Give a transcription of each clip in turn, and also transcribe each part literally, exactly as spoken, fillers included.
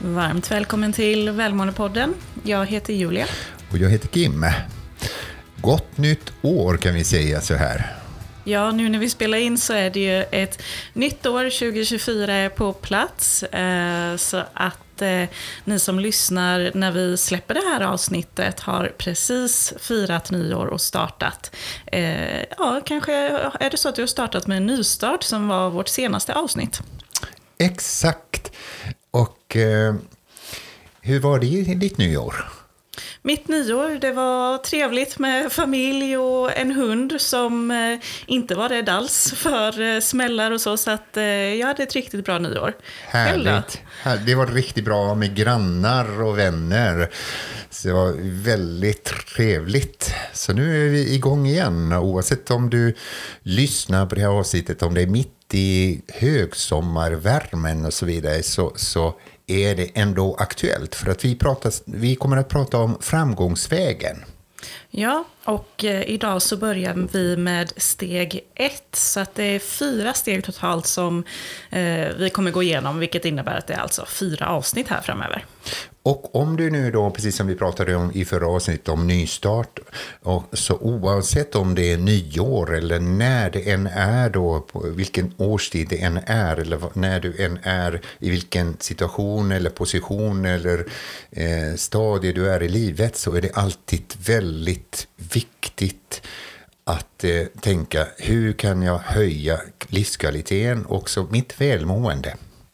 Varmt välkommen till Välmåendepodden. Jag heter Julia. Och jag heter Kim. Gott nytt år kan vi säga så här. Ja, nu när vi spelar in så är det ju ett nytt år, tjugo tjugofyra är på plats. Så att ni som lyssnar när vi släpper det här avsnittet har precis firat nyår och startat. Ja, kanske är det så att du har startat med en nystart som var vårt senaste avsnitt. Exakt. Och eh, hur var det i ditt nyår? Mitt nyår, det var trevligt med familj och en hund som eh, inte var rädd alls för eh, smällar och så. Så att eh, jag hade ett riktigt bra nyår. Härligt. Det var riktigt bra med grannar och vänner. Så det var väldigt trevligt. Så nu är vi igång igen. Oavsett om du lyssnar på det här avsnittet, om det är mitt i högsommarvärmen och så vidare, så, så är det ändå aktuellt. För att vi, pratar, vi kommer att prata om framgångsvägen. Ja, och eh, idag så börjar vi med steg ett. Så att det är fyra steg totalt som eh, vi kommer gå igenom. Vilket innebär att det är alltså fyra avsnitt här framöver. Och om du nu då, precis som vi pratade om i förra avsnittet om nystart, och så oavsett om det är nyår eller när det än är då, på vilken årstid det än är, eller när du än är i vilken situation eller position eller eh, stadie du är i livet, så är det alltid väldigt viktigt att eh, tänka, hur kan jag höja livskvaliteten och också mitt välmående?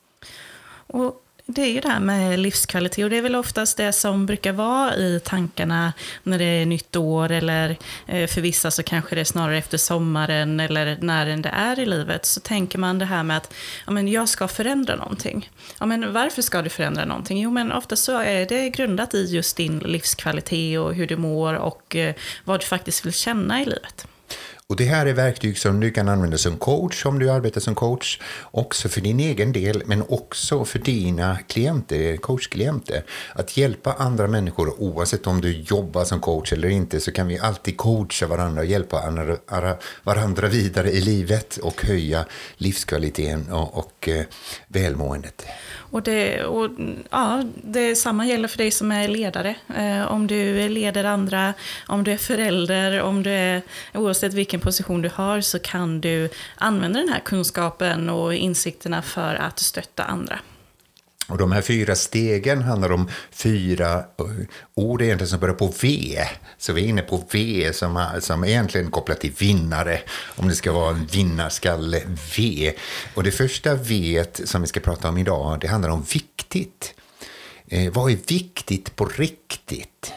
Och det är ju det här med livskvalitet, och det är väl oftast det som brukar vara i tankarna när det är nytt år, eller för vissa så kanske det är snarare efter sommaren eller när det är i livet, så tänker man det här med att ja, men jag ska förändra någonting. Ja, men varför ska du förändra någonting? Jo, men ofta så är det grundat i just din livskvalitet och hur du mår och vad du faktiskt vill känna i livet. Och det här är verktyg som du kan använda som coach om du arbetar som coach. Också för din egen del, men också för dina klienter, coachklienter. Att hjälpa andra människor, oavsett om du jobbar som coach eller inte, så kan vi alltid coacha varandra och hjälpa andra, varandra vidare i livet och höja livskvaliteten och, och eh, välmåendet. Och det, och, ja, det samma gäller för dig som är ledare. Eh, om du leder andra, om du är förälder, om du är, oavsett vilken position du har, så kan du använda den här kunskapen och insikterna för att stötta andra. Och de här fyra stegen handlar om fyra ord egentligen som börjar på V. Så vi är inne på V som, som egentligen kopplat till vinnare. Om det ska vara en vinnarskalle V. Och det första V som vi ska prata om idag, det handlar om viktigt. Eh, vad är viktigt på riktigt?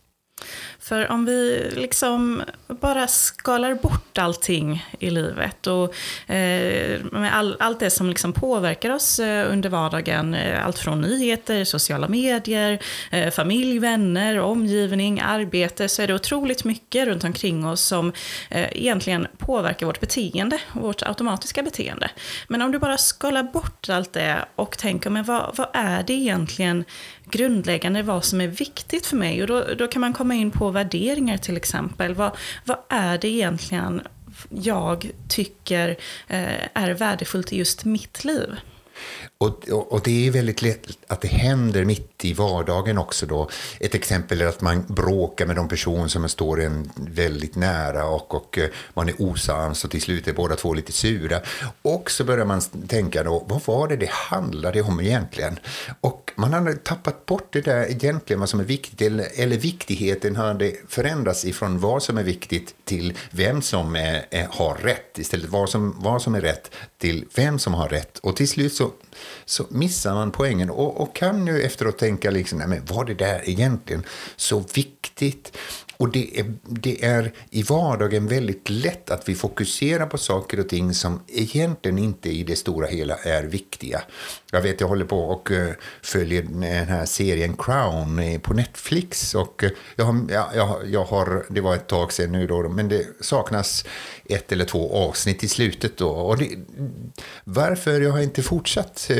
För om vi liksom bara skalar bort allting i livet och eh, med all, allt det som liksom påverkar oss eh, under vardagen, eh, allt från nyheter, sociala medier, eh, familj, vänner, omgivning, arbete, så är det otroligt mycket runt omkring oss som eh, egentligen påverkar vårt beteende, vårt automatiska beteende. Men om du bara skalar bort allt det och tänker, men vad, vad är det egentligen grundläggande, vad som är viktigt för mig? Och då, då kan man komma in på värderingar till exempel. Vad, vad är det egentligen jag tycker eh, är värdefullt i just mitt liv? Och, och, och det är väldigt lätt att det händer mitt i vardagen också då. Ett exempel är att man bråkar med de personer som står en väldigt nära och, och man är osams och till slut är båda två lite sura. Och så börjar man tänka då, vad var det det handlade om egentligen? Och man hade tappat bort det där egentligen vad som är viktigt, eller, eller viktigheten hade förändrats ifrån vad som är viktigt till vem som är, är, har rätt. Istället vad som, vad som är rätt till vem som har rätt. Och till slut så så missar man poängen och, och kan nu efteråt tänka liksom, nej, men var det där egentligen så viktigt? Och det är, det är i vardagen väldigt lätt att vi fokuserar på saker och ting som egentligen inte i det stora hela är viktiga. Jag vet, jag håller på och uh, följer den här serien Crown på Netflix, och uh, jag, har, ja, jag, jag har, det var ett tag sedan nu då, men det saknas ett eller två avsnitt i slutet då. Och det, varför jag har inte fortsatt uh,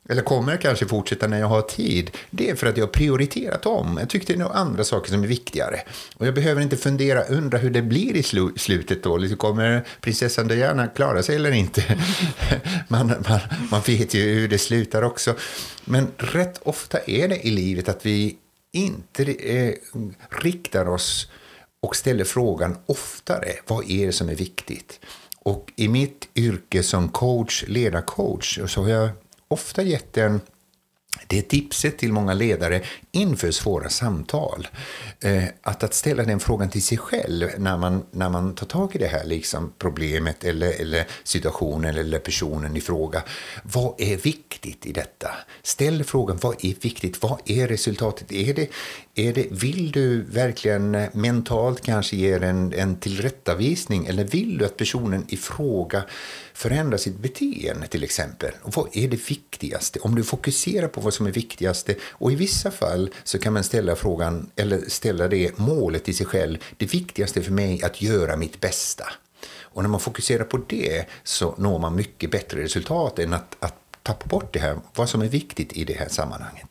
eller kommer kanske fortsätta när jag har tid, det är för att jag har prioriterat om. Jag tyckte det är några andra saker som är viktigare. Och jag behöver inte fundera, undra hur det blir i slu- slutet då. Liksom, kommer prinsessan Diana klara sig eller inte? man, man, man vet ju hur det slutar också. Men rätt ofta är det i livet att vi inte eh, riktar oss och ställer frågan oftare, vad är det som är viktigt? Och i mitt yrke som coach, ledarcoach, så har jag ofta gett en, det tipset till många ledare inför svåra samtal. Eh, att, att ställa den frågan till sig själv när man, när man tar tag i det här liksom problemet eller, eller situationen eller personen i fråga. Vad är viktigt i detta? Ställ frågan, vad är viktigt? Vad är resultatet? Är det, är det, vill du verkligen mentalt kanske ge en, en tillrättavisning, eller vill du att personen i fråga förändra sitt beteende till exempel? Och vad är det viktigaste? Om du fokuserar på vad som är viktigaste, och i vissa fall så kan man ställa frågan eller ställa det målet i sig själv. Det viktigaste för mig är att göra mitt bästa. Och när man fokuserar på det så når man mycket bättre resultat än att, att tappa bort det här, vad som är viktigt i det här sammanhanget.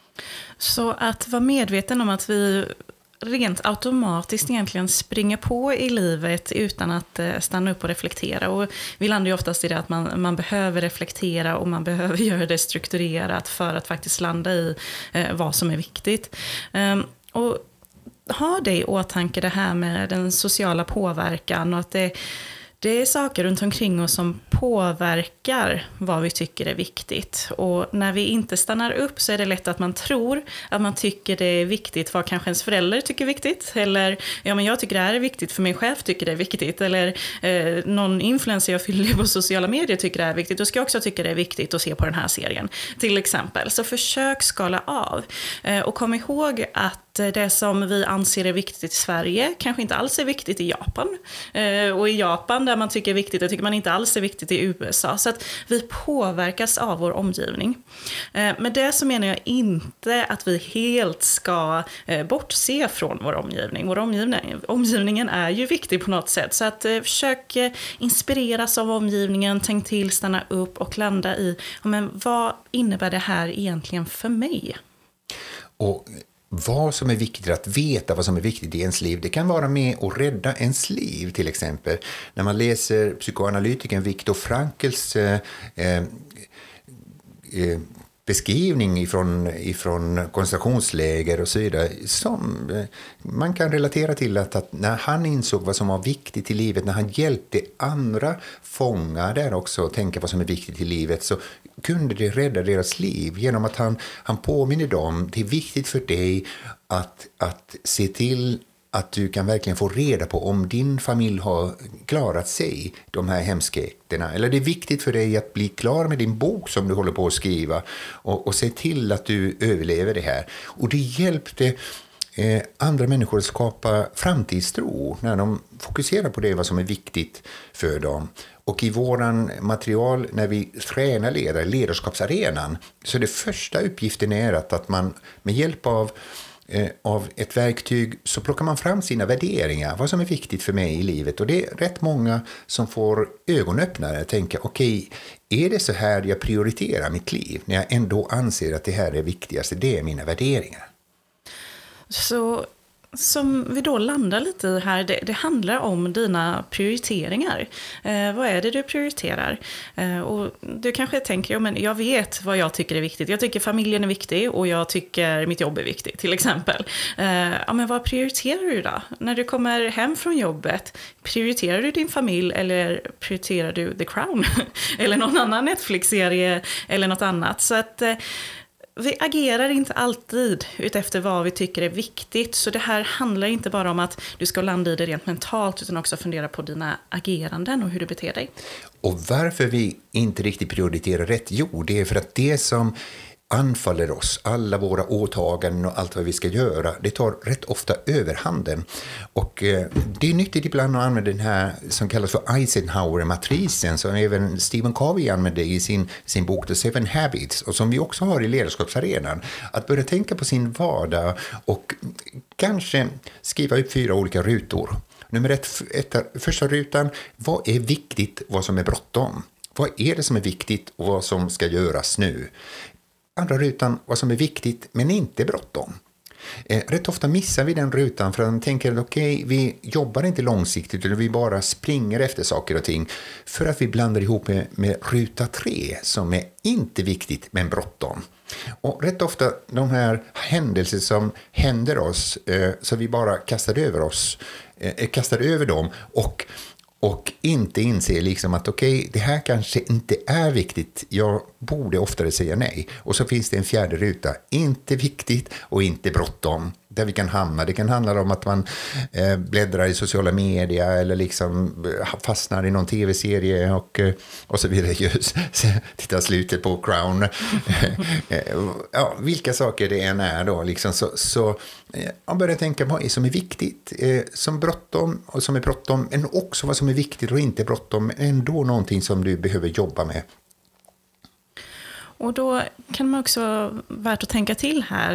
Så att vara medveten om att vi rent automatiskt egentligen springer på i livet utan att stanna upp och reflektera. Och vi landar ju oftast i det att man, man behöver reflektera och man behöver göra det strukturerat för att faktiskt landa i eh, vad som är viktigt. Um, och ha det i åtanke, det här med den sociala påverkan, och att det Det är saker runt omkring oss som påverkar vad vi tycker är viktigt. Och när vi inte stannar upp så är det lätt att man tror att man tycker det är viktigt vad kanske ens föräldrar tycker är viktigt. Eller, ja men jag tycker det här är viktigt för min chef tycker det är viktigt. Eller eh, någon influencer jag följer på sociala medier tycker det är viktigt. Då ska jag också tycka det är viktigt att se på den här serien. Till exempel. Så försök skala av. Eh, och kom ihåg att det som vi anser är viktigt i Sverige kanske inte alls är viktigt i Japan. Eh, och i Japan där man tycker är viktigt, det tycker man inte alls är viktigt i U S A. Så att vi påverkas av vår omgivning. Eh, med det så menar jag inte att vi helt ska eh, bortse från vår omgivning. Vår omgivning. Omgivningen är ju viktig på något sätt. Så att eh, försök eh, inspireras av omgivningen, tänk till, stanna upp och landa i, men vad innebär det här egentligen för mig? Och vad som är viktigt, att veta vad som är viktigt i ens liv, det kan vara med att rädda ens liv till exempel. När man läser psykoanalytikern Viktor Frankls eh, eh, beskrivning ifrån, ifrån koncentrationsläger och så vidare, som eh, man kan relatera till att, att när han insåg vad som var viktigt i livet, när han hjälpte andra fångar där också att tänka vad som är viktigt i livet, så kunde det rädda deras liv genom att han, han påminner dem, det är viktigt för dig att, att se till att du kan verkligen få reda på om din familj har klarat sig de här hemskheterna. Eller det är viktigt för dig att bli klar med din bok som du håller på att skriva och, och se till att du överlever det här. Och det hjälpte eh, andra människor att skapa framtidstro när de fokuserar på det vad som är viktigt för dem. Och i våran material när vi tränar ledare, ledarskapsarenan, så det första uppgiften är att, att man med hjälp av, eh, av ett verktyg så plockar man fram sina värderingar, vad som är viktigt för mig i livet. Och det är rätt många som får ögonöppnare och tänker, okej, okay, är det så här jag prioriterar mitt liv när jag ändå anser att det här är viktigaste, det är mina värderingar. Så som vi då landar lite i här, det, det handlar om dina prioriteringar. Eh, vad är det du prioriterar? Eh, och du kanske tänker, ja, men jag vet vad jag tycker är viktigt. Jag tycker familjen är viktig och jag tycker mitt jobb är viktigt, till exempel. Eh, ja, men vad prioriterar du då? När du kommer hem från jobbet, prioriterar du din familj eller prioriterar du The Crown? Eller någon annan Netflix-serie eller något annat? Så att eh, vi agerar inte alltid utefter vad vi tycker är viktigt. Så det här handlar inte bara om att du ska landa i det rent mentalt, utan också fundera på dina ageranden och hur du beter dig. Och varför vi inte riktigt prioriterar rätt? Jo, det är för att det som anfaller oss, alla våra åtaganden och allt vad vi ska göra, det tar rätt ofta överhanden. Och eh, det är nyttigt ibland att använda den här som kallas för Eisenhower-matrisen, som även Stephen Covey använde i sin, sin bok The Seven Habits, och som vi också har i ledarskapsarenan. Att börja tänka på sin vardag och kanske skriva upp fyra olika rutor. Nummer ett, ett, första rutan, vad är viktigt, vad som är bråttom? vad är det som är viktigt och vad som ska göras nu. Andra rutan, vad som är viktigt men inte bråttom. Eh, rätt ofta missar vi den rutan för att de tänker att okej, okay, vi jobbar inte långsiktigt utan vi bara springer efter saker och ting för att vi blandar ihop med, med ruta tre som är inte viktigt men bråttom. Och rätt ofta de här händelser som händer oss eh, så vi bara kastar över oss, eh, kastar över dem och Och inte inse liksom att okej, okay, det här kanske inte är viktigt. Jag borde oftare säga nej. Och så finns det en fjärde ruta. Inte viktigt och inte bråttom. Där vi kan hamna. Det kan handla om att man eh, bläddrar i sociala medier eller liksom fastnar i någon tv-serie och, och så vidare. Just titta slutet på Crown. Ja, vilka saker det än är då. Liksom, så, så eh, man börjar tänka vad är som är viktigt. Eh, som bråttom och som är bråttom. Men också vad som är viktigt och inte bråttom. Men ändå någonting som du behöver jobba med. Och då kan man också vara värt att tänka till här.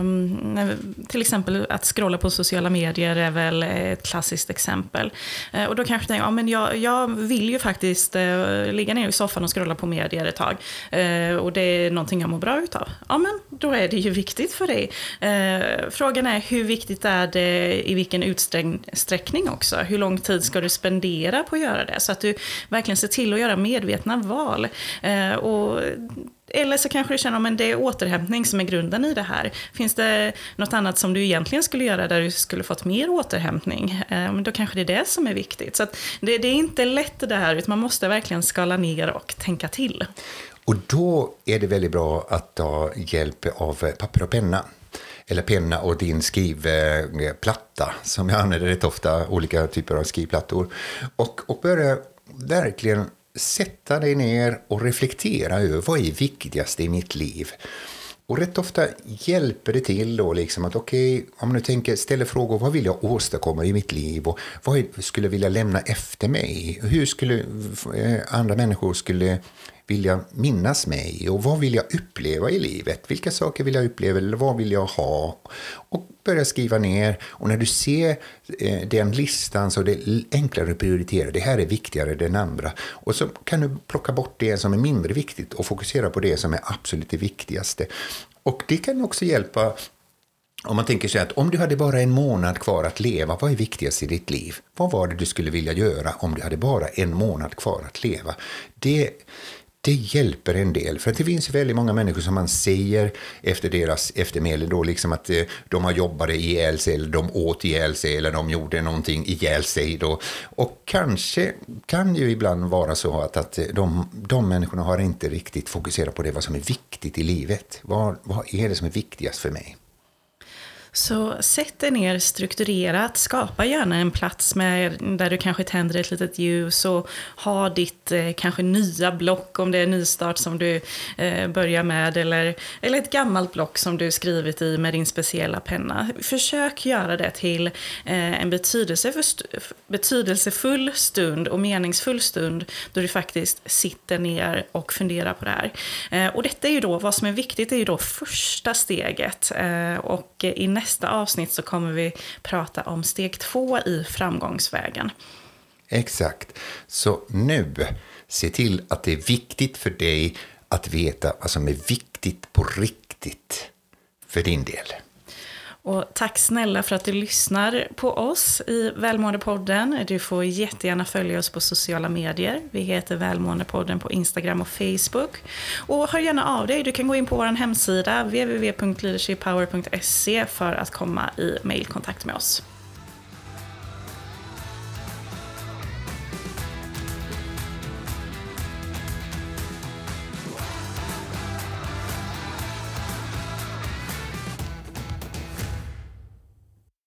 Eh, till exempel att scrolla på sociala medier är väl ett klassiskt exempel. Eh, och då kanske tänker ja, men jag, jag vill ju faktiskt eh, ligga ner i soffan och scrolla på medier ett tag. Eh, och det är någonting jag mår bra utav. Ja, men då är det ju viktigt för dig. Eh, frågan är hur viktigt är det i vilken utsträckning också. Hur lång tid ska du spendera på att göra det? Så att du verkligen ser till att göra medvetna val. Eh, och Eller så kanske du känner att det är återhämtning som är grunden i det här. Finns det något annat som du egentligen skulle göra där du skulle fått mer återhämtning? Men då kanske det är det som är viktigt. Så att det, det är inte lätt det här, utan man måste verkligen skala ner och tänka till. Och då är det väldigt bra att ta hjälp av papper och penna. Eller penna och din skrivplatta, som jag använder rätt ofta, olika typer av skrivplattor. Och, och börja verkligen sätta dig ner och reflektera över vad är viktigast i mitt liv. Och rätt ofta hjälper det till då liksom att okej, okay, om du tänker, ställer frågor, vad vill jag åstadkomma i mitt liv och vad skulle jag vilja lämna efter mig? Hur skulle andra människor skulle vilja minnas mig och vad vill jag uppleva i livet? Vilka saker vill jag uppleva eller vad vill jag ha? Och börja skriva ner, och när du ser eh, den listan så är det enklare att prioritera. Det här är viktigare än den andra. Och så kan du plocka bort det som är mindre viktigt och fokusera på det som är absolut det viktigaste. Och det kan också hjälpa om man tänker sig att om du hade bara en månad kvar att leva, vad är viktigast i ditt liv? Vad var det du skulle vilja göra om du hade bara en månad kvar att leva? Det Det hjälper en del, för att det finns väldigt många människor som man säger efter deras eftermäle då liksom att de har jobbat ihjäl sig eller de åt ihjäl sig eller de gjorde någonting ihjäl sig då. Och kanske kan ju ibland vara så att, att de, de människorna har inte riktigt fokuserat på det vad som är viktigt i livet. Vad, vad är det som är viktigast för mig? Så sätt dig ner strukturerat, skapa gärna en plats med, där du kanske tänder ett litet ljus och ha ditt eh, kanske nya block om det är nystart som du eh, börjar med eller, eller ett gammalt block som du skrivit i med din speciella penna. Försök göra det till eh, en betydelsefull, betydelsefull stund och meningsfull stund då du faktiskt sitter ner och funderar på det här. Eh, och detta är ju då, vad som är viktigt är ju då första steget eh, och i nästa avsnitt så kommer vi prata om steg två i framgångsvägen. Exakt. Så nu, se till att det är viktigt för dig att veta vad som är viktigt på riktigt för din del. Och tack snälla för att du lyssnar på oss i Välmåendepodden. Du får jättegärna följa oss på sociala medier. Vi heter Välmåendepodden på Instagram och Facebook. Och hör gärna av dig. Du kan gå in på vår hemsida w w w punkt leadership power punkt se för att komma i mejlkontakt med oss.